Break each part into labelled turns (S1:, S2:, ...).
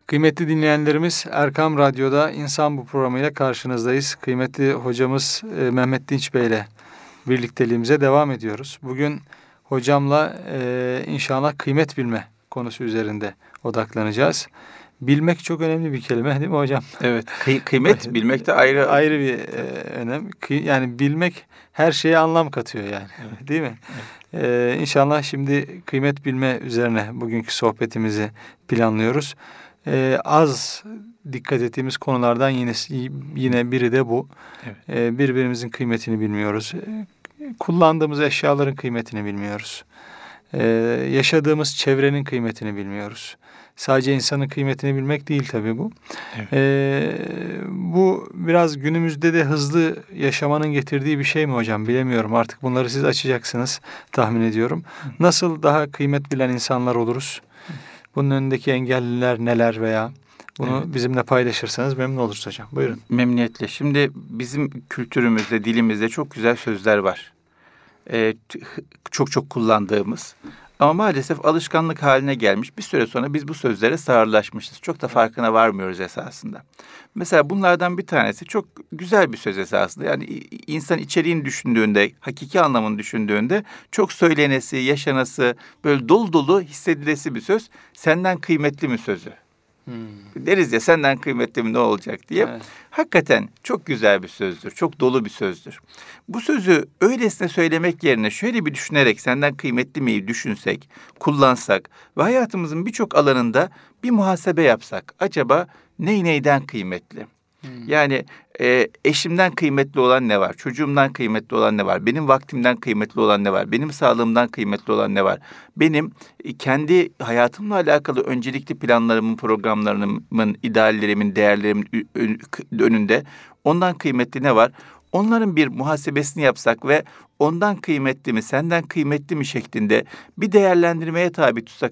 S1: Kıymetli dinleyenlerimiz, Erkam Radyo'da İnsan Bu programıyla karşınızdayız. Kıymetli hocamız Mehmet Dinç Bey ile birlikteliğimize devam ediyoruz. Bugün hocamla inşallah kıymet bilme konusu üzerinde odaklanacağız. Bilmek çok önemli bir kelime, değil mi hocam?
S2: Evet, kıymet bilmek de ayrı
S1: bir önem. Yani bilmek her şeye anlam katıyor yani, evet. Değil mi? Evet. İnşallah şimdi kıymet bilme üzerine bugünkü sohbetimizi planlıyoruz. Az dikkat ettiğimiz konulardan yine biri de bu. Evet. Birbirimizin kıymetini bilmiyoruz. Kullandığımız eşyaların kıymetini bilmiyoruz. Yaşadığımız çevrenin kıymetini bilmiyoruz. Sadece insanın kıymetini bilmek değil tabii bu. Evet. Bu biraz günümüzde de hızlı yaşamanın getirdiği bir şey mi hocam? Bilemiyorum. Artık bunları siz açacaksınız tahmin ediyorum. Nasıl daha kıymet bilen insanlar oluruz? Bunun önündeki engelliler neler veya bunu bizimle paylaşırsanız memnun oluruz hocam. Buyurun.
S2: Memnuniyetle. Şimdi bizim kültürümüzde, dilimizde çok güzel sözler var. Çok kullandığımız. Ama maalesef alışkanlık haline gelmiş. Bir süre sonra biz bu sözlere sağırlaşmışız. Çok da farkına varmıyoruz esasında. Mesela bunlardan bir tanesi çok güzel bir söz esasında. Yani insan içeriğini düşündüğünde, hakiki anlamını düşündüğünde çok söylenesi, yaşanası, böyle dolu dolu hissedilesi bir söz. Senden kıymetli mi sözü? Deriz ya, senden kıymetli mi ne olacak diye. Evet. Hakikaten çok güzel bir sözdür. Çok dolu bir sözdür. Bu sözü öylesine söylemek yerine şöyle bir düşünerek senden kıymetli miyi düşünsek, kullansak ve hayatımızın birçok alanında bir muhasebe yapsak. Acaba neyden kıymetli? Yani eşimden kıymetli olan ne var? Çocuğumdan kıymetli olan ne var? Benim vaktimden kıymetli olan ne var? Benim sağlığımdan kıymetli olan ne var? Benim kendi hayatımla alakalı öncelikli planlarımın, programlarımın, ideallerimin, değerlerimin önünde ondan kıymetli ne var? Onların bir muhasebesini yapsak ve ondan kıymetli mi, senden kıymetli mi şeklinde bir değerlendirmeye tabi tutsak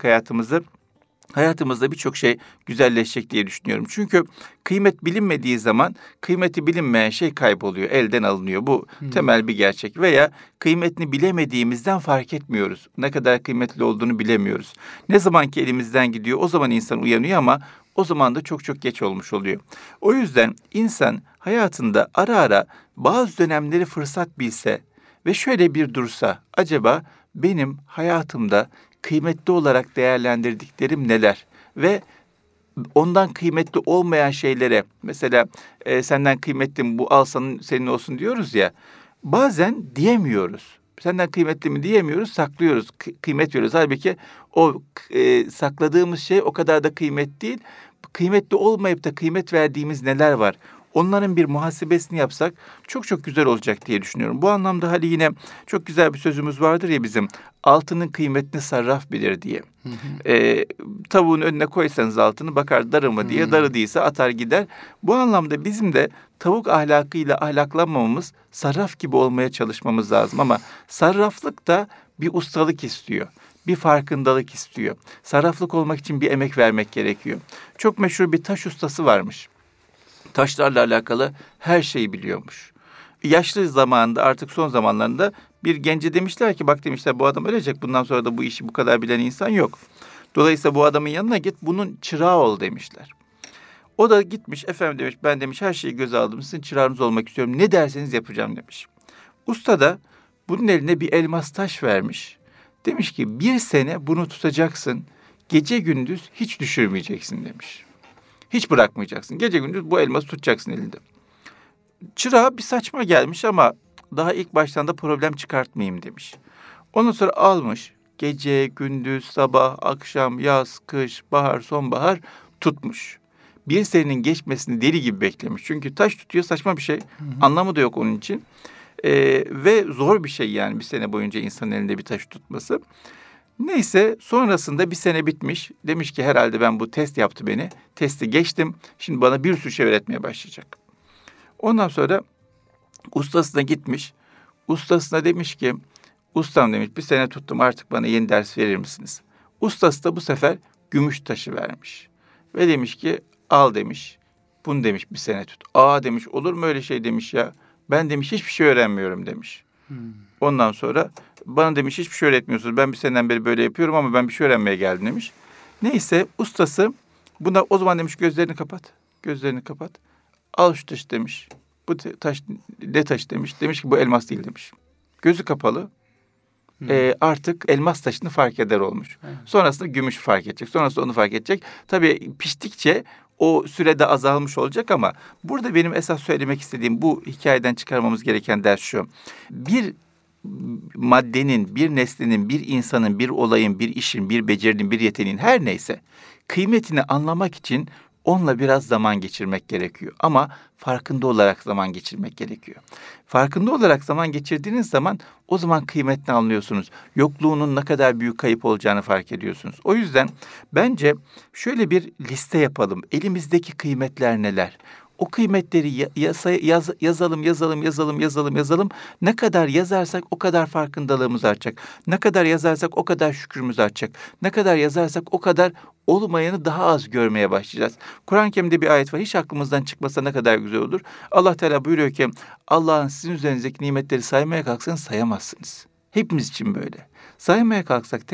S2: hayatımızda birçok şey güzelleşecek diye düşünüyorum. Çünkü kıymet bilinmediği zaman kıymeti bilinmeyen şey kayboluyor, elden alınıyor. Bu temel bir gerçek. Veya kıymetini bilemediğimizden fark etmiyoruz. Ne kadar kıymetli olduğunu bilemiyoruz. Ne zaman ki elimizden gidiyor, o zaman insan uyanıyor ama o zaman da çok geç olmuş oluyor. O yüzden insan hayatında ara ara bazı dönemleri fırsat bilse ve şöyle bir dursa, acaba benim hayatımda kıymetli olarak değerlendirdiklerim neler? Ve ondan kıymetli olmayan şeylere, mesela senden kıymetli mi bu, al senin olsun diyoruz ya, bazen diyemiyoruz. Senden kıymetli mi diyemiyoruz, saklıyoruz, kıymet veriyoruz. Halbuki o sakladığımız şey o kadar da kıymet değil. Kıymetli olmayıp da kıymet verdiğimiz neler var? Onların bir muhasebesini yapsak çok güzel olacak diye düşünüyorum. Bu anlamda hani yine çok güzel bir sözümüz vardır ya bizim, altının kıymetini sarraf bilir diye. Tavuğun önüne koysanız altını bakar darı mı diye, darı değilse atar gider. Bu anlamda bizim de tavuk ahlakıyla ahlaklanmamamız, sarraf gibi olmaya çalışmamız lazım. Ama sarraflık da bir ustalık istiyor. Bir farkındalık istiyor. Sarraflık olmak için bir emek vermek gerekiyor. Çok meşhur bir taş ustası varmış. Taşlarla alakalı her şeyi biliyormuş. Yaşlı zamanında, artık son zamanlarında bir gence demişler ki, bak demişler, bu adam ölecek. Bundan sonra da bu işi bu kadar bilen insan yok. Dolayısıyla bu adamın yanına git, bunun çırağı ol demişler. O da gitmiş, efendim demiş, ben demiş her şeyi göze aldım, sizin çırağınız olmak istiyorum. Ne derseniz yapacağım demiş. Usta da bunun eline bir elmas taş vermiş. Demiş ki 1 sene bunu tutacaksın, gece gündüz hiç düşürmeyeceksin demiş. Hiç bırakmayacaksın. Gece gündüz bu elması tutacaksın elinde. Çırağa bir saçma gelmiş ama daha ilk baştan da problem çıkartmayayım demiş. Ondan sonra almış, gece, gündüz, sabah, akşam, yaz, kış, bahar, sonbahar tutmuş. 1 senenin geçmesini deli gibi beklemiş. Çünkü taş tutuyor, saçma bir şey. Anlamı da yok onun için. Ve zor bir şey yani 1 sene boyunca insanın elinde bir taş tutması. Neyse, sonrasında 1 sene bitmiş. Demiş ki herhalde ben, bu test yaptı beni. Testi geçtim. Şimdi bana bir sürü şey öğretmeye başlayacak. Ondan sonra ustasına gitmiş. Ustasına demiş ki, ustam demiş 1 sene tuttum, artık bana yeni ders verir misiniz? Ustası da bu sefer gümüş taşı vermiş. Ve demiş ki al demiş. Bunu demiş 1 sene tut. Aa demiş, olur mu öyle şey demiş ya. Ben demiş hiçbir şey öğrenmiyorum demiş. Ondan sonra bana demiş hiçbir şey öğretmiyorsunuz. Ben 1 seneden beri böyle yapıyorum ama ben bir şey öğrenmeye geldim demiş. Neyse, ustası Buna o zaman demiş gözlerini kapat. Gözlerini kapat. Al şu taşı demiş. Bu taş ne taş demiş. Demiş ki bu elmas değil demiş. Gözü kapalı. Artık elmas taşını fark eder olmuş.
S1: Evet.
S2: Sonrasında gümüş fark edecek. Sonrasında onu fark edecek. Tabii piştikçe o sürede azalmış olacak ama burada benim esas söylemek istediğim, bu hikayeden çıkarmamız gereken ders şu. Bir maddenin, bir nesnenin, bir insanın, bir olayın, bir işin, bir becerinin, bir yeteneğin her neyse kıymetini anlamak için onunla biraz zaman geçirmek gerekiyor. Ama farkında olarak zaman geçirmek gerekiyor. Farkında olarak zaman geçirdiğiniz zaman o zaman kıymetini anlıyorsunuz. Yokluğunun ne kadar büyük kayıp olacağını fark ediyorsunuz. O yüzden bence şöyle bir liste yapalım. Elimizdeki kıymetler neler? O kıymetleri yazalım. Ne kadar yazarsak o kadar farkındalığımız artacak. Ne kadar yazarsak o kadar şükrümüz artacak. Ne kadar yazarsak o kadar olmayanı daha az görmeye başlayacağız. Kur'an-ı Kerim'de bir ayet var. Hiç aklımızdan çıkmasa ne kadar güzel olur. Allah Teala buyuruyor ki Allah'ın sizin üzerinizdeki nimetleri saymaya kalksanız sayamazsınız. Hepimiz için böyle. Saymaya kalksak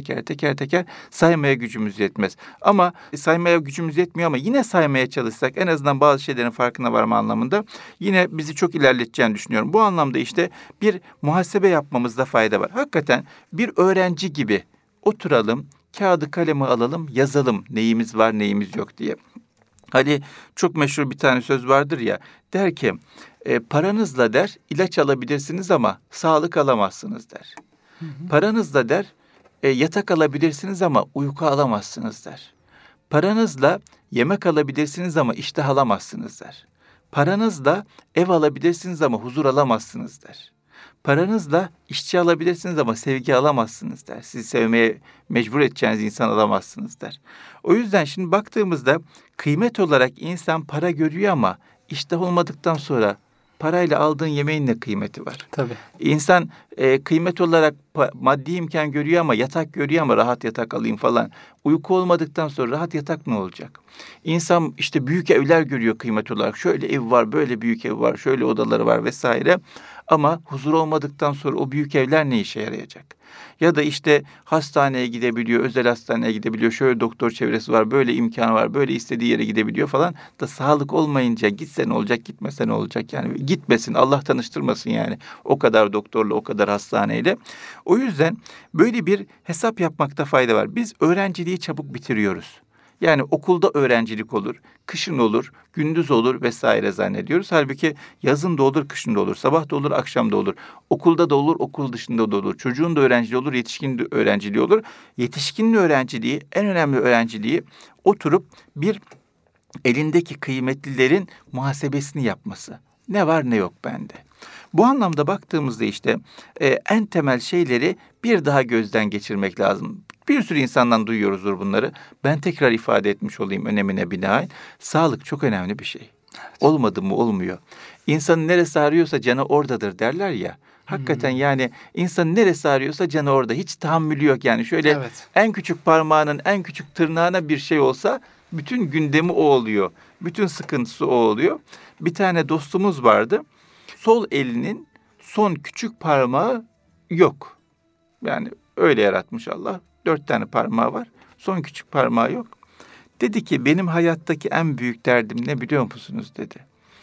S2: teker saymaya gücümüz yetmez. Ama saymaya gücümüz yetmiyor ama yine saymaya çalışsak en azından bazı şeylerin farkına varma anlamında yine bizi çok ilerleteceğini düşünüyorum. Bu anlamda işte bir muhasebe yapmamızda fayda var. Hakikaten bir öğrenci gibi oturalım, kağıdı kalemi alalım, yazalım neyimiz var neyimiz yok diye. Hani çok meşhur bir tane söz vardır ya, der ki paranızla der ilaç alabilirsiniz ama sağlık alamazsınız der. Paranızla der yatak alabilirsiniz ama uyku alamazsınız der. Paranızla yemek alabilirsiniz ama iştah alamazsınız der. Paranızla ev alabilirsiniz ama huzur alamazsınız der. Paranızla işçi alabilirsiniz ama sevgi alamazsınız der. Sizi sevmeye mecbur edeceğiniz insan alamazsınız der. O yüzden şimdi baktığımızda kıymet olarak insan para görüyor ama iştah olmadıktan sonra parayla aldığın yemeğin ne kıymeti var?
S1: Tabii.
S2: İnsan kıymet olarak maddi imkan görüyor ama yatak görüyor ama rahat yatak alayım falan. Uyku olmadıktan sonra rahat yatak ne olacak? İnsan işte büyük evler görüyor kıymet olarak. Şöyle ev var, böyle büyük ev var, şöyle odaları var vesaire. Ama huzur olmadıktan sonra o büyük evler ne işe yarayacak? Ya da işte hastaneye gidebiliyor, özel hastaneye gidebiliyor. Şöyle doktor çevresi var, böyle imkanı var, böyle istediği yere gidebiliyor falan. Da sağlık olmayınca gitse ne olacak, gitmese ne olacak? Yani gitmesin, Allah tanıştırmasın yani. O kadar doktorla, o kadar hastaneyle. O yüzden böyle bir hesap yapmakta fayda var. Biz öğrenciliği çabuk bitiriyoruz. Yani okulda öğrencilik olur, kışın olur, gündüz olur vesaire zannediyoruz. Halbuki yazın da olur, kışın da olur, sabah da olur, akşam da olur. Okulda da olur, okul dışında da olur. Çocuğun da öğrenciliği olur, yetişkinin de öğrenciliği olur. Yetişkinin öğrenciliği, en önemli öğrenciliği oturup bir elindeki kıymetlilerin muhasebesini yapması. Ne var ne yok bende. Bu anlamda baktığımızda işte en temel şeyleri bir daha gözden geçirmek lazım. Bir sürü insandan duyuyoruzdur bunları. Ben tekrar ifade etmiş olayım önemine binaen. Sağlık çok önemli bir şey. Evet. Olmadı mı olmuyor. İnsanın neresi ağrıyorsa canı oradadır derler ya. Hakikaten yani insanın neresi ağrıyorsa canı orada. Hiç tahammülü yok yani. Şöyle en küçük parmağının en küçük tırnağına bir şey olsa bütün gündemi o oluyor. Bütün sıkıntısı o oluyor. Bir tane dostumuz vardı. Sol elinin son küçük parmağı yok. Yani öyle yaratmış Allah. 4 tane parmağı var. Son küçük parmağı yok. Dedi ki benim hayattaki en büyük derdim ne biliyor musunuz dedi.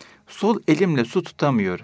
S2: Sol elimle su tutamıyorum.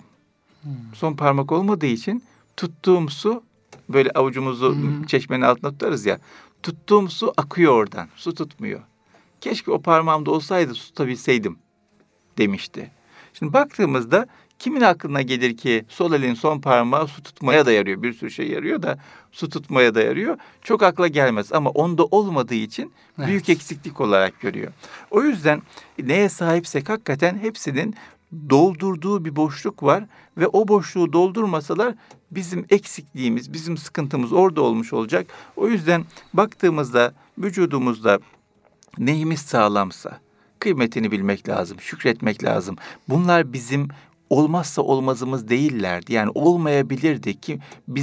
S2: Son parmak olmadığı için tuttuğum su böyle avucumuzu çeşmenin altına tutarız ya. Tuttuğum su akıyor oradan. Su tutmuyor. Keşke o parmağımda olsaydı su tutabilseydim demişti. Şimdi baktığımızda kimin aklına gelir ki sol elin son parmağı su tutmaya da yarıyor. Bir sürü şey yarıyor da su tutmaya da yarıyor. Çok akla gelmez ama onda olmadığı için büyük eksiklik olarak görüyor. O yüzden neye sahipsek hakikaten hepsinin doldurduğu bir boşluk var ve o boşluğu doldurmasalar bizim eksikliğimiz, bizim sıkıntımız orada olmuş olacak. O yüzden baktığımızda vücudumuzda neyimiz sağlamsa kıymetini bilmek lazım, şükretmek lazım. Bunlar bizim olmazsa olmazımız değillerdi. Yani olmayabilirdi ki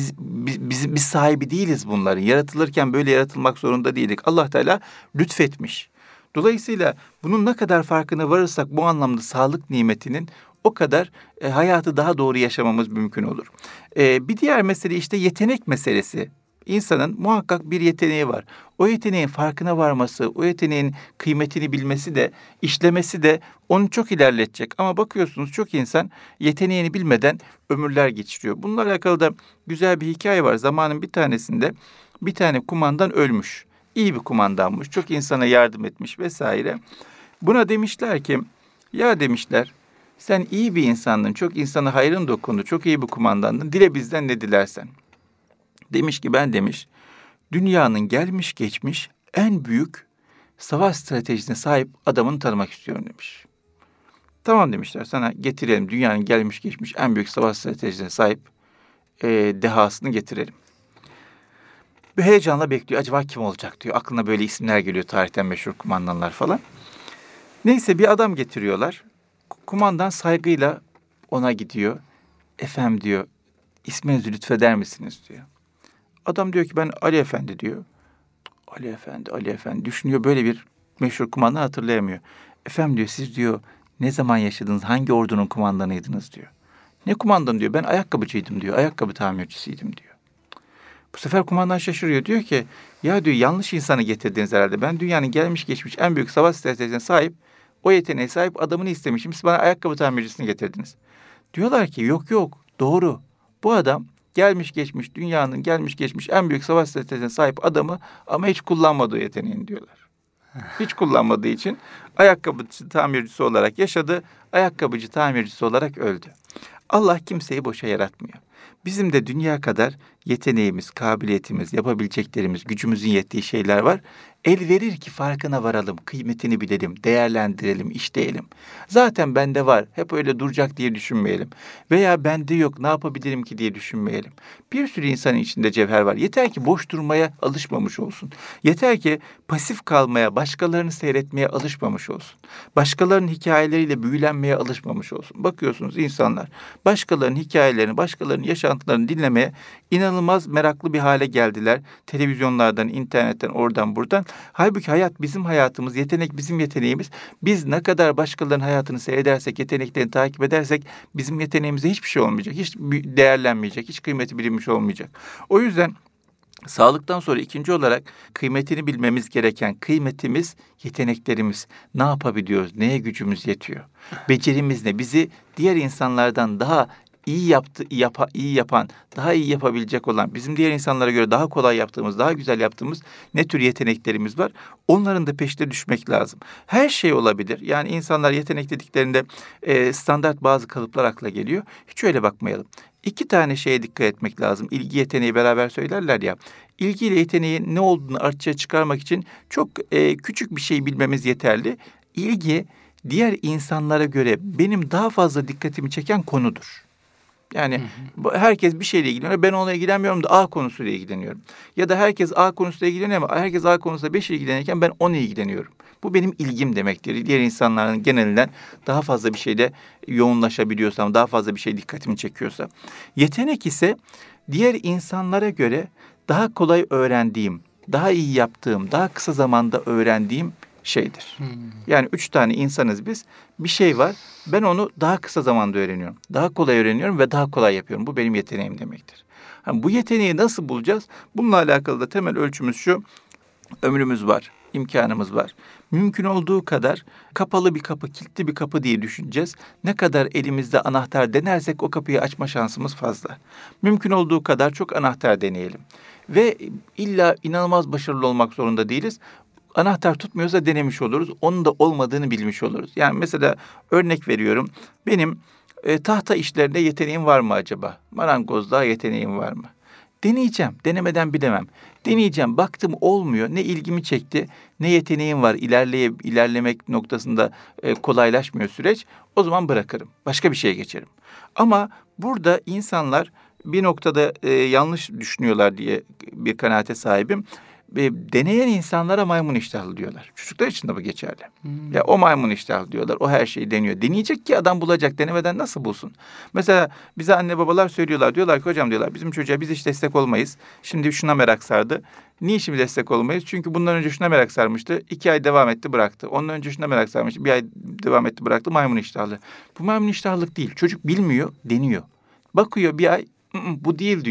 S2: biz sahibi değiliz bunların. Yaratılırken böyle yaratılmak zorunda değildik. Allah Teala lütfetmiş. Dolayısıyla bunun ne kadar farkına varırsak bu anlamda sağlık nimetinin o kadar hayatı daha doğru yaşamamız mümkün olur. Bir diğer mesele işte yetenek meselesi. insanın muhakkak bir yeteneği var. O yeteneğin farkına varması, o yeteneğin kıymetini bilmesi de, işlemesi de onu çok ilerletecek. Ama bakıyorsunuz çok insan yeteneğini bilmeden ömürler geçiriyor. Bununla alakalı da güzel bir hikaye var. Zamanın bir tanesinde bir tane kumandan ölmüş. İyi bir kumandanmış, çok insana yardım etmiş vesaire. Buna demişler ki, ya demişler, sen iyi bir insandın, çok insana hayrın dokundu, çok iyi bir kumandandın, dile bizden ne dilersen. Demiş ki ben demiş, dünyanın gelmiş geçmiş en büyük savaş stratejisine sahip adamını tanımak istiyorum demiş. Tamam demişler, sana getirelim dünyanın gelmiş geçmiş en büyük savaş stratejisine sahip dehasını getirelim. Bir heyecanla bekliyor, acaba kim olacak diyor. Aklına böyle isimler geliyor, tarihten meşhur kumandanlar falan. Neyse bir adam getiriyorlar. Kumandan saygıyla ona gidiyor. Efendim diyor, isminizi lütfeder misiniz diyor. Adam diyor ki ben Ali Efendi diyor. Ali Efendi, Ali Efendi düşünüyor, böyle bir meşhur kumandan hatırlayamıyor. Efendim diyor, siz diyor ne zaman yaşadınız, hangi ordunun kumandanıydınız diyor. Ne kumandanı diyor, ben ayakkabıcıydım diyor, ayakkabı tamircisiydim diyor. Bu sefer kumandan şaşırıyor, diyor ki ya diyor yanlış insanı getirdiniz herhalde. Ben dünyanın gelmiş geçmiş en büyük savaş stratejisine sahip, o yeteneğe sahip adamını istemişim. Siz bana ayakkabı tamircisini getirdiniz. Diyorlar ki yok doğru. Bu adam gelmiş geçmiş dünyanın gelmiş geçmiş en büyük savaş stratejisine sahip adamı ama hiç kullanmadığı yeteneğini diyorlar. Hiç kullanmadığı için ayakkabıcı tamircisi olarak yaşadı, ayakkabıcı tamircisi olarak öldü. Allah kimseyi boşa yaratmıyor. Bizim de dünya kadar yeteneğimiz, kabiliyetimiz, yapabileceklerimiz, gücümüzün yettiği şeyler var. El verir ki farkına varalım, kıymetini bilelim, değerlendirelim, işleyelim. Zaten bende var, hep öyle duracak diye düşünmeyelim. Veya bende yok, ne yapabilirim ki diye düşünmeyelim. Bir sürü insanın içinde cevher var. Yeter ki boş durmaya alışmamış olsun. Yeter ki pasif kalmaya, başkalarını seyretmeye alışmamış olsun. Başkalarının hikayeleriyle büyülenmeye alışmamış olsun. Bakıyorsunuz insanlar başkalarının hikayelerini, başkalarının yaşantılarını dinlemeye inanılmaz meraklı bir hale geldiler. Televizyonlardan, internetten, oradan, buradan. Halbuki hayat bizim hayatımız, yetenek bizim yeteneğimiz. Biz ne kadar başkalarının hayatını seyredersek, yeteneklerini takip edersek bizim yeteneğimize hiçbir şey olmayacak. Hiç değerlenmeyecek, hiç kıymeti bilinmiş olmayacak. O yüzden sağlıktan sonra ikinci olarak kıymetini bilmemiz gereken kıymetimiz, yeteneklerimiz. Ne yapabiliyoruz? Neye gücümüz yetiyor? Becerimiz ne? Bizi diğer insanlardan daha iyi yapan, daha iyi yapabilecek olan, bizim diğer insanlara göre daha kolay yaptığımız, daha güzel yaptığımız ne tür yeteneklerimiz var? Onların da peşine düşmek lazım. Her şey olabilir. Yani insanlar yetenek dediklerinde standart bazı kalıplar akla geliyor. Hiç öyle bakmayalım. 2 tane şeye dikkat etmek lazım. İlgi, yeteneği beraber söylerler ya. İlgi ile yeteneğin ne olduğunu açığa çıkarmak için çok küçük bir şey bilmemiz yeterli. İlgi, diğer insanlara göre benim daha fazla dikkatimi çeken konudur. Yani herkes bir şeyle ilgileniyor. Ben onunla ilgilenmiyorum da A konusuyla ilgileniyorum. Ya da herkes A konusuyla ilgileniyor ama herkes A konusunda 5 ilgilenirken ben 10 ilgileniyorum. Bu benim ilgim demektir. Diğer insanların genelinden daha fazla bir şeyde yoğunlaşabiliyorsam, daha fazla bir şey dikkatimi çekiyorsa. Yetenek ise diğer insanlara göre daha kolay öğrendiğim, daha iyi yaptığım, daha kısa zamanda öğrendiğim şeydir. Yani 3 tane insanız biz. Bir şey var. Ben onu daha kısa zamanda öğreniyorum. Daha kolay öğreniyorum ve daha kolay yapıyorum. Bu benim yeteneğim demektir. Bu yeteneği nasıl bulacağız? Bununla alakalı da temel ölçümüz şu. Ömrümüz var, imkanımız var. Mümkün olduğu kadar kapalı bir kapı, kilitli bir kapı diye düşüneceğiz. Ne kadar elimizde anahtar denersek o kapıyı açma şansımız fazla. Mümkün olduğu kadar çok anahtar deneyelim. Ve illa inanılmaz başarılı olmak zorunda değiliz. Anahtar tutmuyorsa denemiş oluruz. Onun da olmadığını bilmiş oluruz. Yani mesela örnek veriyorum. Benim tahta işlerinde yeteneğim var mı acaba? Marangozluğa yeteneğim var mı? Deneyeceğim. Denemeden bilemem. Deneyeceğim. Baktım olmuyor. Ne ilgimi çekti, ne yeteneğim var. İlerlemek noktasında kolaylaşmıyor süreç. O zaman bırakırım. Başka bir şeye geçerim. Ama burada insanlar bir noktada yanlış düşünüyorlar diye bir kanaate sahibim. Deneyen insanlara maymun iştahlı diyorlar. Çocuklar için de bu geçerli. Ya o maymun iştahlı diyorlar. O her şeyi deniyor. Deneyecek ki adam bulacak. Denemeden nasıl bulsun? Mesela bize anne babalar söylüyorlar. Diyorlar ki hocam diyorlar bizim çocuğa biz hiç destek olmayız. Şimdi şuna merak sardı. Niye şimdi destek olmayız? Çünkü bundan önce şuna merak sarmıştı. 2 ay devam etti bıraktı. Ondan önce şuna merak sarmıştı. 1 ay devam etti bıraktı. Maymun iştahlı. Bu maymun iştahlılık değil. Çocuk bilmiyor, deniyor. Bakıyor 1 ay bu değil diyor.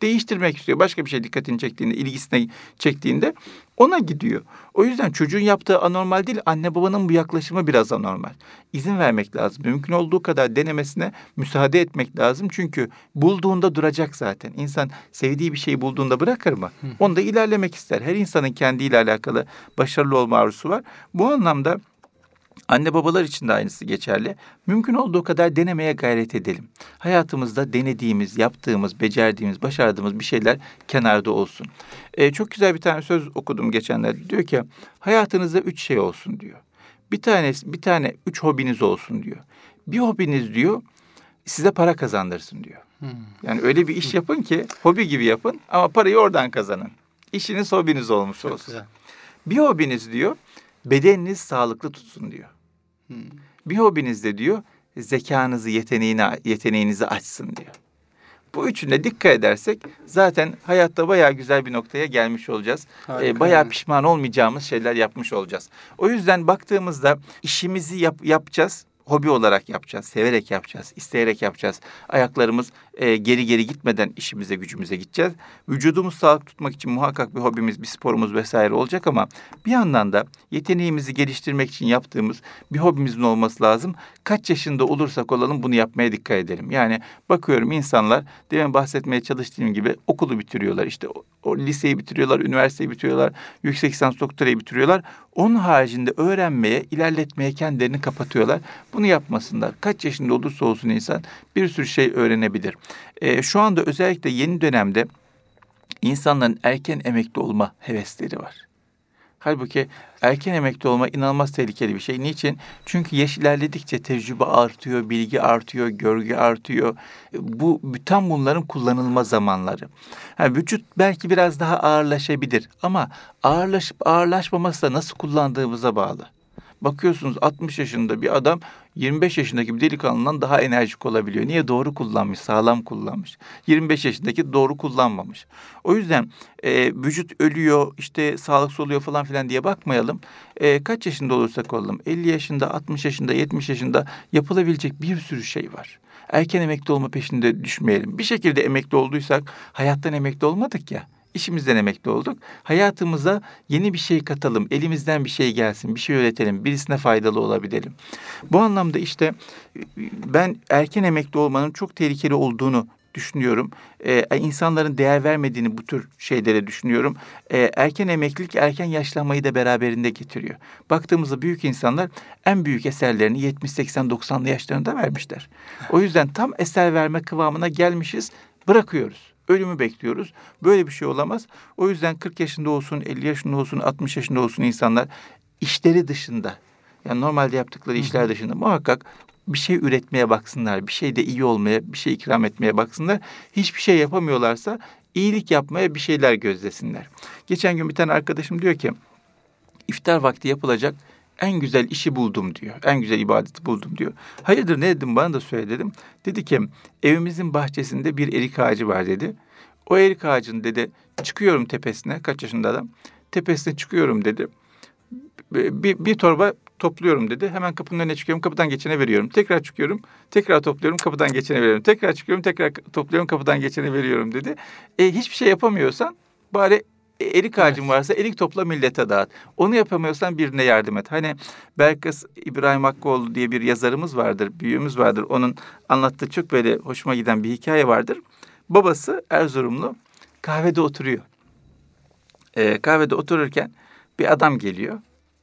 S2: değiştirmek istiyor. Başka bir şey dikkatini çektiğinde, ilgisine çektiğinde ona gidiyor. O yüzden çocuğun yaptığı anormal değil, anne babanın bu yaklaşımı biraz anormal. İzin vermek lazım. Mümkün olduğu kadar denemesine müsaade etmek lazım. Çünkü bulduğunda duracak zaten. İnsan sevdiği bir şeyi bulduğunda bırakır mı? Onda ilerlemek ister. Her insanın kendiyle alakalı başarılı olma arzusu var. Bu anlamda anne babalar için de aynısı geçerli. Mümkün olduğu kadar denemeye gayret edelim. Hayatımızda denediğimiz, yaptığımız, becerdiğimiz, başardığımız bir şeyler kenarda olsun. Çok güzel bir tane söz okudum geçenlerde. Diyor ki hayatınızda 3 şey olsun diyor. Bir tane 3 hobiniz olsun diyor. Bir hobiniz diyor size para kazandırsın diyor. Yani öyle bir iş yapın ki hobi gibi yapın ama parayı oradan kazanın. İşiniz hobiniz olmuş olsun. Bir hobiniz diyor bedeniniz sağlıklı tutsun diyor. Bir hobiniz de diyor zekanızı, yeteneğinizi açsın diyor. Bu üçüne dikkat edersek zaten hayatta bayağı güzel bir noktaya gelmiş olacağız. Bayağı pişman olmayacağımız şeyler yapmış olacağız. O yüzden baktığımızda işimizi yapacağız. Hobi olarak yapacağız, severek yapacağız, isteyerek yapacağız. Ayaklarımız geri geri gitmeden işimize, gücümüze gideceğiz. Vücudumuz sağlıklı tutmak için muhakkak bir hobimiz, bir sporumuz vesaire olacak ama bir yandan da yeteneğimizi geliştirmek için yaptığımız bir hobimizin olması lazım. Kaç yaşında olursak olalım bunu yapmaya dikkat edelim. Yani bakıyorum insanlar, demin bahsetmeye çalıştığım gibi okulu bitiriyorlar. İşte o liseyi bitiriyorlar, üniversiteyi bitiriyorlar, yüksek lisans doktorayı bitiriyorlar. Onun haricinde öğrenmeye, ilerletmeye kendilerini kapatıyorlar. Bunu yapmasınlar. Kaç yaşında olursa olsun insan bir sürü şey öğrenebilir. Şu anda özellikle yeni dönemde insanların erken emekli olma hevesleri var. Halbuki erken emekli olma inanılmaz tehlikeli bir şey. Niçin? Çünkü yaş ilerledikçe tecrübe artıyor, bilgi artıyor, görgü artıyor. Bütün bunların kullanılma zamanları. Vücut belki biraz daha ağırlaşabilir ama ağırlaşıp ağırlaşmaması da nasıl kullandığımıza bağlı. Bakıyorsunuz 60 yaşında bir adam 25 yaşındaki bir delikanlından daha enerjik olabiliyor. Niye? Doğru kullanmış, sağlam kullanmış. 25 yaşındaki doğru kullanmamış. O yüzden vücut ölüyor, işte sağlıksız oluyor falan filan diye bakmayalım. Kaç yaşında olursak olalım, 50 yaşında, 60 yaşında, 70 yaşında yapılabilecek bir sürü şey var. Erken emekli olma peşinde düşmeyelim. Bir şekilde emekli olduysak hayattan emekli olmadık ya. İşimizden emekli olduk. Hayatımıza yeni bir şey katalım, elimizden bir şey gelsin, bir şey öğretelim, birisine faydalı olabilelim. Bu anlamda işte ben erken emekli olmanın çok tehlikeli olduğunu düşünüyorum. İnsanların değer vermediğini bu tür şeylere düşünüyorum. Erken emeklilik erken yaşlanmayı da beraberinde getiriyor. Baktığımızda büyük insanlar en büyük eserlerini 70, 80, 90'lı yaşlarında vermişler. O yüzden tam eser verme kıvamına gelmişiz, bırakıyoruz. Ölümü bekliyoruz. Böyle bir şey olamaz. O yüzden 40 yaşında olsun, 50 yaşında olsun, 60 yaşında olsun insanlar işleri dışında, yani normalde yaptıkları işler dışında muhakkak bir şey üretmeye baksınlar. Bir şeyde iyi olmaya, bir şey ikram etmeye baksınlar. Hiçbir şey yapamıyorlarsa iyilik yapmaya bir şeyler gözlesinler. Geçen gün bir tane arkadaşım diyor ki, iftar vakti yapılacak en güzel işi buldum diyor. En güzel ibadeti buldum diyor. Hayırdır ne dedim, bana da söyle dedim. Dedi ki evimizin bahçesinde bir erik ağacı var dedi. O erik ağacının dedi çıkıyorum tepesine, kaç yaşında adam. Tepesine çıkıyorum dedi. Bir torba topluyorum dedi. Hemen kapının önüne çıkıyorum, kapıdan geçene veriyorum. Tekrar çıkıyorum, tekrar topluyorum, kapıdan geçene veriyorum. Tekrar çıkıyorum, tekrar topluyorum, kapıdan geçene veriyorum dedi. Hiçbir şey yapamıyorsan bari erik ağacın varsa erik topla, millete dağıt. Onu yapamıyorsan birine yardım et. Hani Belkıs İbrahim Hakkıoğlu diye bir yazarımız vardır, büyüğümüz vardır. Onun anlattığı çok böyle hoşuma giden bir hikaye vardır. Babası Erzurumlu, kahvede oturuyor. Kahvede otururken bir adam geliyor.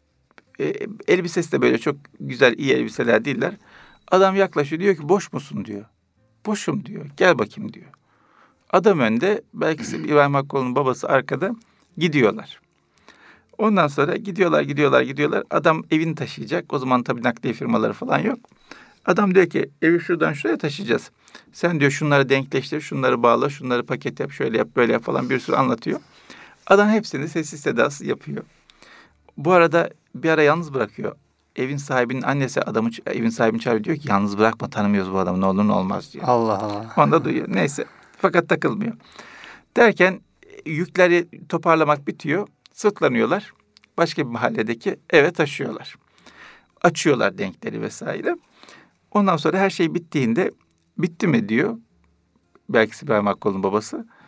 S2: Elbisesi de böyle çok güzel, iyi elbiseler değiller. Adam yaklaşıyor, diyor ki boş musun diyor. Boşum diyor, gel bakayım diyor. Adam önde, belki İbrahim Hakkıoğlu'nun babası arkada, gidiyorlar. Ondan sonra gidiyorlar. Adam evini taşıyacak. O zaman tabii nakliye firmaları falan yok. Adam diyor ki evi şuradan şuraya taşıyacağız. Sen diyor şunları denkleştir, şunları bağla, şunları paket yap, şöyle yap, böyle yap falan bir sürü anlatıyor. Adam hepsini sessiz sedasız yapıyor. Bu arada bir ara yalnız bırakıyor. Evin sahibinin annesi evin sahibini çağırıyor, diyor ki yalnız bırakma, tanımıyoruz bu adamı, ne olur ne olmaz diyor.
S1: Allah Allah.
S2: Onu da duyuyor. Neyse, fakat takılmıyor. Derken yükleri toparlamak bitiyor. Sırtlanıyorlar. Başka bir mahalledeki eve taşıyorlar. Açıyorlar denkleri vesaire. Ondan sonra her şey bittiğinde bitti mi diyor. Belki İbrahim Hakkıoğlu'nun babası.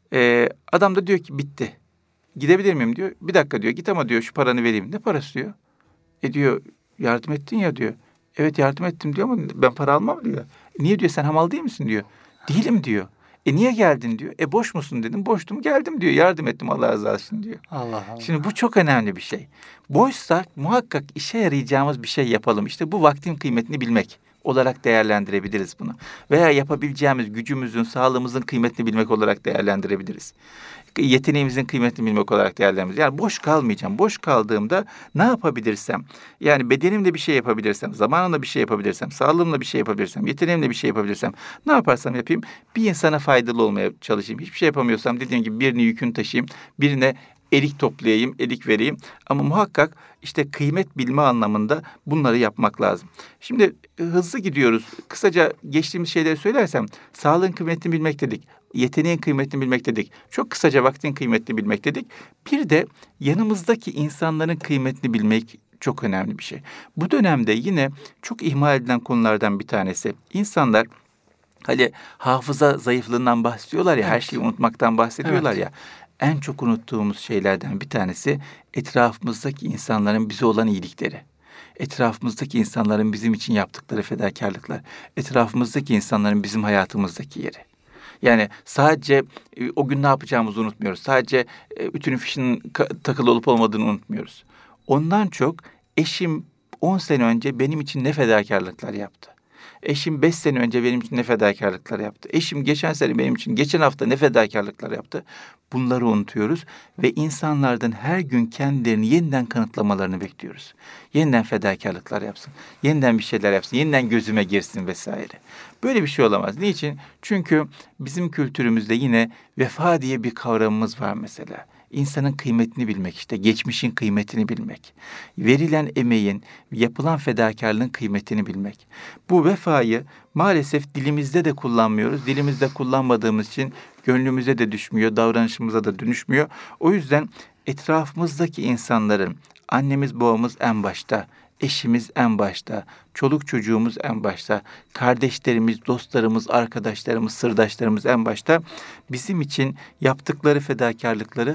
S2: Adam da diyor ki bitti. Gidebilir miyim diyor. Bir dakika diyor. Git ama diyor şu paranı vereyim. Ne parası diyor. Diyor yardım ettin ya diyor. Evet yardım ettim diyor ama ben para almam diyor. Niye diyor sen hamal değil misin diyor. Değilim diyor. Niye geldin diyor. Boş musun dedim. Boştum geldim diyor. Yardım ettim Allah razı olsun diyor.
S1: Allah Allah.
S2: Şimdi bu çok önemli bir şey. Boşsak muhakkak işe yarayacağımız bir şey yapalım. İşte bu vaktin kıymetini bilmek olarak değerlendirebiliriz bunu. Veya yapabileceğimiz gücümüzün, sağlığımızın kıymetini bilmek olarak değerlendirebiliriz. Yeteneğimizin kıymetini bilmek olarak değerlendirebiliriz. Yani boş kalmayacağım. Boş kaldığımda ne yapabilirsem, yani bedenimle bir şey yapabilirsem, zamanımla bir şey yapabilirsem, sağlığımla bir şey yapabilirsem, yeteneğimle bir şey yapabilirsem, ne yaparsam yapayım bir insana faydalı olmaya çalışayım. Hiçbir şey yapamıyorsam dediğim gibi birinin yükünü taşıyayım, birine elik toplayayım, elik vereyim. Ama muhakkak işte kıymet bilme anlamında bunları yapmak lazım. Şimdi hızlı gidiyoruz. Kısaca geçtiğimiz şeyleri söylersem, sağlığın kıymetini bilmek dedik. Yeteneğin kıymetini bilmek dedik. Çok kısaca vaktin kıymetini bilmek dedik. Bir de yanımızdaki insanların kıymetini bilmek çok önemli bir şey. Bu dönemde yine çok ihmal edilen konulardan bir tanesi. İnsanlar hani hafıza zayıflığından bahsediyorlar ya, her şeyi unutmaktan bahsediyorlar ya. En çok unuttuğumuz şeylerden bir tanesi etrafımızdaki insanların bize olan iyilikleri. Etrafımızdaki insanların bizim için yaptıkları fedakarlıklar. Etrafımızdaki insanların bizim hayatımızdaki yeri. Yani sadece o gün ne yapacağımızı unutmuyoruz. Sadece ütünün fişinin takılı olup olmadığını unutmuyoruz. Ondan çok eşim 10 sene önce benim için ne fedakarlıklar yaptı. Eşim 5 sene önce benim için ne fedakarlıklar yaptı. Eşim geçen sene benim için, geçen hafta ne fedakarlıklar yaptı. Bunları unutuyoruz ve insanlardan her gün kendilerini yeniden kanıtlamalarını bekliyoruz. Yeniden fedakarlıklar yapsın, yeniden bir şeyler yapsın, yeniden gözüme girsin vesaire. Böyle bir şey olamaz. Niçin? Çünkü bizim kültürümüzde yine vefa diye bir kavramımız var mesela. İnsanın kıymetini bilmek, işte geçmişin kıymetini bilmek. Verilen emeğin, yapılan fedakarlığın kıymetini bilmek. Bu vefayı maalesef dilimizde de kullanmıyoruz. Dilimizde kullanmadığımız için gönlümüze de düşmüyor, davranışımıza da dönüşmüyor. O yüzden etrafımızdaki insanların, annemiz babamız en başta, eşimiz en başta, çoluk çocuğumuz en başta, kardeşlerimiz, dostlarımız, arkadaşlarımız, sırdaşlarımız en başta bizim için yaptıkları fedakarlıkları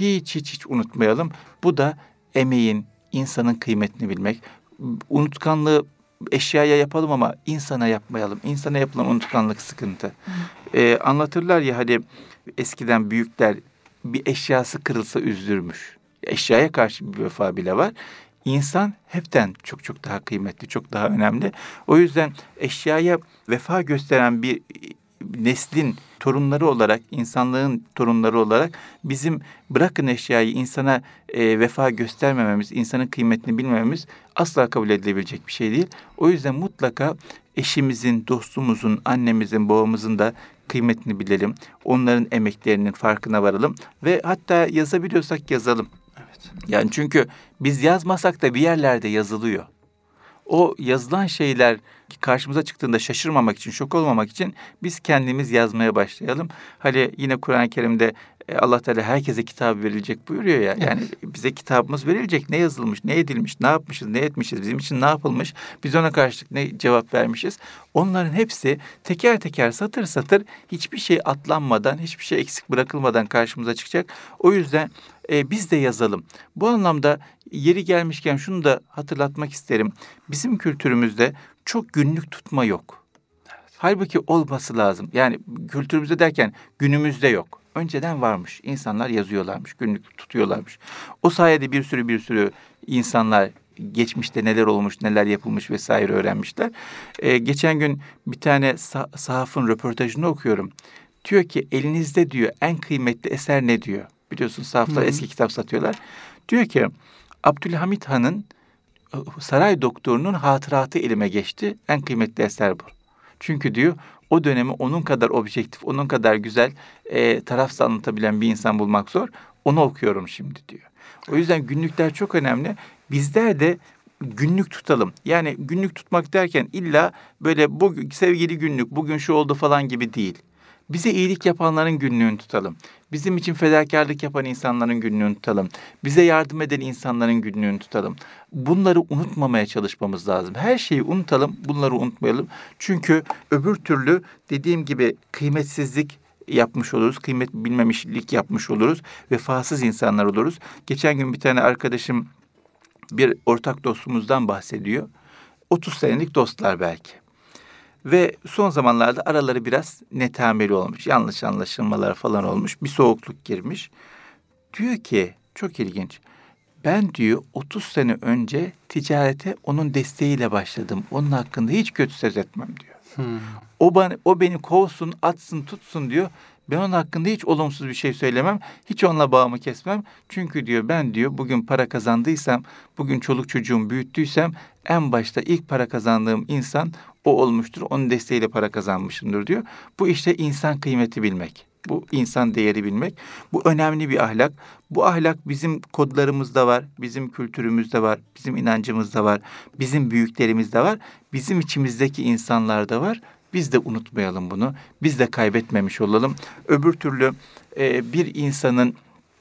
S2: hiç unutmayalım. Bu da emeğin, insanın kıymetini bilmek. Unutkanlığı eşyaya yapalım ama insana yapmayalım. İnsana yapılan unutkanlık sıkıntı. Anlatırlar ya hani eskiden büyükler bir eşyası kırılsa üzülürmüş. Eşyaya karşı bir vefa bile var. İnsan hepten çok daha kıymetli, çok daha önemli. O yüzden eşyaya vefa gösteren bir neslin torunları olarak, insanlığın torunları olarak bizim bırakın eşyayı insana vefa göstermememiz, insanın kıymetini bilmememiz asla kabul edilebilecek bir şey değil. O yüzden mutlaka eşimizin, dostumuzun, annemizin, babamızın da kıymetini bilelim. Onların emeklerinin farkına varalım ve hatta yazabiliyorsak yazalım. Yani çünkü biz yazmasak da bir yerlerde yazılıyor. O yazılan şeyler karşımıza çıktığında şaşırmamak için, şok olmamak için biz kendimiz yazmaya başlayalım. Hani yine Kur'an-ı Kerim'de Allah Teala herkese kitap verilecek buyuruyor ya. Yani bize kitabımız verilecek. Ne yazılmış, ne edilmiş, ne yapmışız, ne etmişiz, bizim için ne yapılmış, biz ona karşılık ne cevap vermişiz. Onların hepsi teker teker, satır satır, hiçbir şey atlanmadan, hiçbir şey eksik bırakılmadan karşımıza çıkacak. O yüzden biz de yazalım. Bu anlamda yeri gelmişken şunu da hatırlatmak isterim. Bizim kültürümüzde çok günlük tutma yok. Halbuki olması lazım. Yani kültürümüzde derken günümüzde yok. Önceden varmış. İnsanlar yazıyorlarmış, günlük tutuyorlarmış. O sayede bir sürü insanlar geçmişte neler olmuş, neler yapılmış vesaire öğrenmişler. Geçen gün bir tane sahafın röportajını okuyorum. Diyor ki elinizde diyor en kıymetli eser ne diyor. Biliyorsunuz sahaflar eski kitap satıyorlar. Diyor ki Abdülhamit Han'ın saray doktorunun hatıratı elime geçti. En kıymetli eser bu. Çünkü diyor o dönemi onun kadar objektif, onun kadar güzel tarafsız anlatabilen bir insan bulmak zor. Onu okuyorum şimdi diyor. O yüzden günlükler çok önemli. Bizler de günlük tutalım. Yani günlük tutmak derken illa böyle bugün sevgili günlük, bugün şu oldu falan gibi değil. Bize iyilik yapanların günlüğünü tutalım. Bizim için fedakarlık yapan insanların günlüğünü tutalım. Bize yardım eden insanların günlüğünü tutalım. Bunları unutmamaya çalışmamız lazım. Her şeyi unutalım, bunları unutmayalım. Çünkü öbür türlü dediğim gibi kıymetsizlik yapmış oluruz. Kıymet bilmemişlik yapmış oluruz. Vefasız insanlar oluruz. Geçen gün bir tane arkadaşım bir ortak dostumuzdan bahsediyor. 30 senelik dostlar belki. Ve son zamanlarda araları biraz netameli olmuş. Yanlış anlaşılmalar falan olmuş. Bir soğukluk girmiş. Diyor ki çok ilginç. Ben diyor 30 sene önce ticarete onun desteğiyle başladım. Onun hakkında hiç kötü söz etmem diyor. O beni kovsun, atsın, tutsun diyor. Ben onun hakkında hiç olumsuz bir şey söylemem. Hiç onunla bağımı kesmem. Çünkü diyor ben diyor bugün para kazandıysam, bugün çoluk çocuğumu büyüttüysem en başta ilk para kazandığım insan o olmuştur. Onun desteğiyle para kazanmışımdır diyor. Bu işte insan kıymeti bilmek. Bu insan değeri bilmek. Bu önemli bir ahlak. Bu ahlak bizim kodlarımızda var, bizim kültürümüzde var, bizim inancımızda var, bizim büyüklerimizde var, bizim içimizdeki insanlarda var. Biz de unutmayalım bunu. Biz de kaybetmemiş olalım. Öbür türlü bir insanın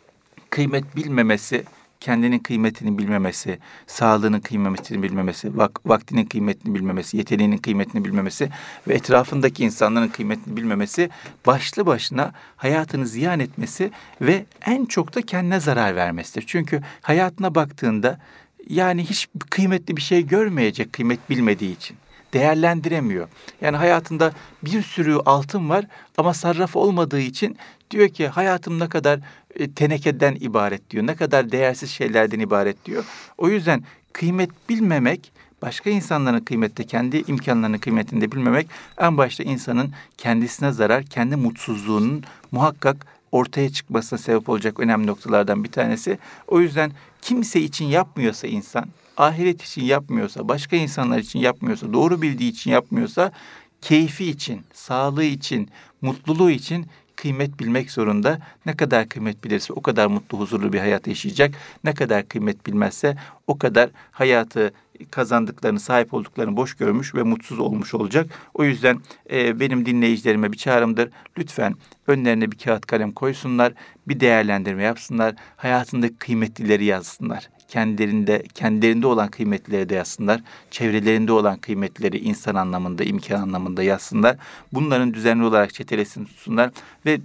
S2: kıymet bilmemesi, kendinin kıymetini bilmemesi, sağlığının kıymetini bilmemesi, vaktinin kıymetini bilmemesi, yeteneğinin kıymetini bilmemesi ve etrafındaki insanların kıymetini bilmemesi başlı başına hayatını ziyan etmesi ve en çok da kendine zarar vermesidir. Çünkü hayatına baktığında yani hiç kıymetli bir şey görmeyecek kıymet bilmediği için. Değerlendiremiyor. Yani hayatında bir sürü altın var ama sarraf olmadığı için diyor ki hayatım ne kadar tenekeden ibaret diyor. Ne kadar değersiz şeylerden ibaret diyor. O yüzden kıymet bilmemek, başka insanların kıymette, kendi imkanlarının kıymetini de bilmemek en başta insanın kendisine zarar, kendi mutsuzluğunun muhakkak ortaya çıkmasına sebep olacak önemli noktalardan bir tanesi. O yüzden kimse için yapmıyorsa insan, ahiret için yapmıyorsa, başka insanlar için yapmıyorsa, doğru bildiği için yapmıyorsa, keyfi için, sağlığı için, mutluluğu için kıymet bilmek zorunda. Ne kadar kıymet bilirse o kadar mutlu, huzurlu bir hayat yaşayacak. Ne kadar kıymet bilmezse o kadar hayatı, kazandıklarını, sahip olduklarını boş görmüş ve mutsuz olmuş olacak. O yüzden benim dinleyicilerime bir çağrımdır. Lütfen önlerine bir kağıt kalem koysunlar, bir değerlendirme yapsınlar, hayatındaki kıymetlileri yazsınlar. Kendilerinde olan kıymetlileri de yazsınlar. Çevrelerinde olan kıymetlileri insan anlamında, imkan anlamında yazsınlar. Bunların düzenli olarak çetelesini tutsunlar ve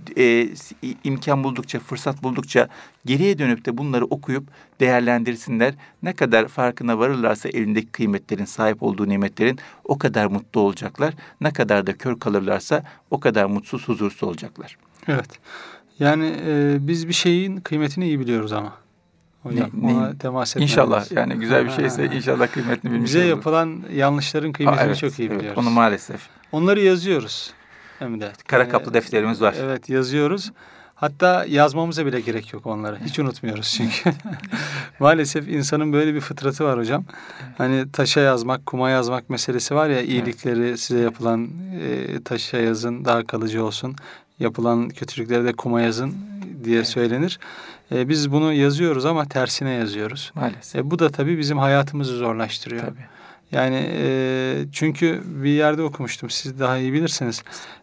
S2: imkan buldukça, fırsat buldukça geriye dönüp de bunları okuyup değerlendirsinler. Ne kadar farkına varırlarsa elindeki kıymetlerin, sahip olduğu nimetlerin o kadar mutlu olacaklar. Ne kadar da kör kalırlarsa o kadar mutsuz, huzursuz olacaklar.
S1: Evet. Yani biz bir şeyin kıymetini iyi biliyoruz ama. Hocam, ona temas etmeliyiz.
S2: İnşallah yani güzel bir şeyse inşallah kıymetini bilmiş
S1: bize
S2: oluruz.
S1: yapılan yanlışların kıymetini
S2: evet,
S1: çok iyi biliyoruz.
S2: Onu maalesef.
S1: Onları yazıyoruz. Hem de.
S2: Kara kaplı defterimiz var.
S1: Evet, yazıyoruz. Hatta yazmamıza bile gerek yok onları. Hiç unutmuyoruz çünkü. Maalesef insanın böyle bir fıtratı var hocam. Hani taşa yazmak, kuma yazmak meselesi var ya, iyilikleri size yapılan taşa yazın daha kalıcı olsun. Yapılan kötülükleri de kuma yazın diye söylenir. Biz bunu yazıyoruz ama tersine yazıyoruz.
S2: Maalesef.
S1: Bu da tabii bizim hayatımızı zorlaştırıyor.
S2: Tabii.
S1: Yani çünkü bir yerde okumuştum, siz daha iyi bilirsiniz.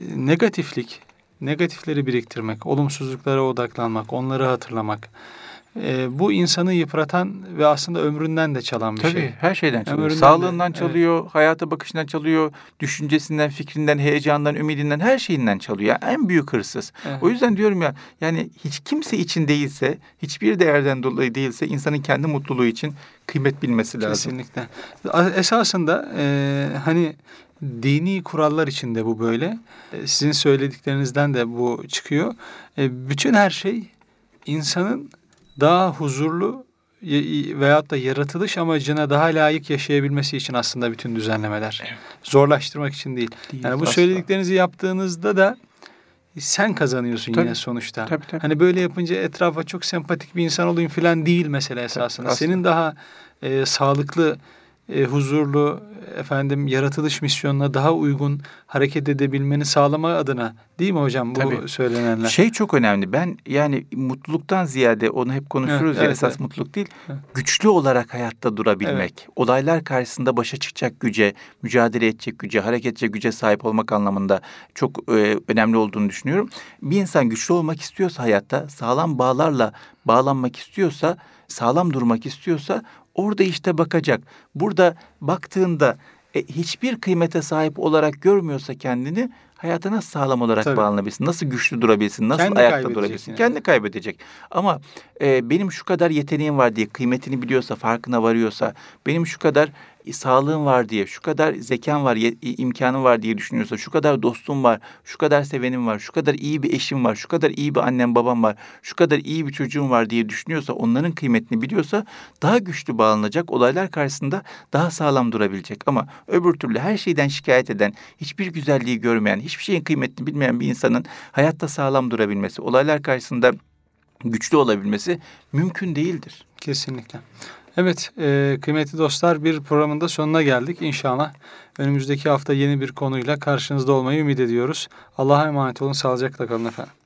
S1: Negatifleri biriktirmek, olumsuzluklara odaklanmak, onları hatırlamak. Bu insanı yıpratan ve aslında ömründen de çalan bir şey.
S2: Tabii her şeyden çalıyor.
S1: Ömründen
S2: Sağlığından
S1: de,
S2: çalıyor, hayata bakışından çalıyor, düşüncesinden, fikrinden, heyecandan, ümidinden, her şeyinden çalıyor. Yani en büyük hırsız.
S1: Evet.
S2: O yüzden diyorum ya, yani hiç kimse için değilse, hiçbir değerden dolayı değilse insanın kendi mutluluğu için kıymet bilmesi lazım.
S1: Kesinlikle. Esasında hani dini kurallar içinde bu böyle. Sizin söylediklerinizden de bu çıkıyor. Bütün her şey insanın daha huzurlu veyahut da yaratılış amacına daha layık yaşayabilmesi için aslında bütün düzenlemeler. Evet. Zorlaştırmak için değil. Yani bu söylediklerinizi yaptığınızda da sen kazanıyorsun yine sonuçta.
S2: Tabii.
S1: Hani böyle yapınca etrafa çok sempatik bir insan olayım falan değil mesele esasında.
S2: Tabii,
S1: senin daha sağlıklı, huzurlu, yaratılış misyonuna daha uygun hareket edebilmeni sağlama adına, değil mi hocam bu söylenenler?
S2: Şey çok önemli. Ben yani mutluluktan ziyade onu hep konuşuruz ya, esas mutluluk değil. Evet. Güçlü olarak hayatta durabilmek. Evet. Olaylar karşısında başa çıkacak güce, mücadele edecek güce, hareket edecek güce sahip olmak anlamında çok önemli olduğunu düşünüyorum. Bir insan güçlü olmak istiyorsa hayatta, sağlam bağlarla bağlanmak istiyorsa, sağlam durmak istiyorsa orada işte bakacak. Burada baktığında hiçbir kıymete sahip olarak görmüyorsa kendini, hayata nasıl sağlam olarak
S1: Tabii.
S2: bağlanabilsin, nasıl güçlü durabilsin, nasıl
S1: Kendi
S2: ayakta
S1: kaybedecek
S2: durabilsin?
S1: yani.
S2: Kendi kaybedecek. Ama benim şu kadar yeteneğim var diye kıymetini biliyorsa, farkına varıyorsa, benim şu kadar sağlığım var diye, şu kadar zekam var, imkanım var diye düşünüyorsa, şu kadar dostum var, şu kadar sevenim var, şu kadar iyi bir eşim var, şu kadar iyi bir annem babam var, şu kadar iyi bir çocuğum var diye düşünüyorsa, onların kıymetini biliyorsa daha güçlü bağlanacak, olaylar karşısında daha sağlam durabilecek. Ama öbür türlü her şeyden şikayet eden, hiçbir güzelliği görmeyen, hiçbir şeyin kıymetini bilmeyen bir insanın hayatta sağlam durabilmesi, olaylar karşısında güçlü olabilmesi mümkün değildir.
S1: Kesinlikle. Evet, kıymetli dostlar, bir programın da sonuna geldik. İnşallah önümüzdeki hafta yeni bir konuyla karşınızda olmayı ümit ediyoruz. Allah'a emanet olun, sağlıcakla kalın efendim.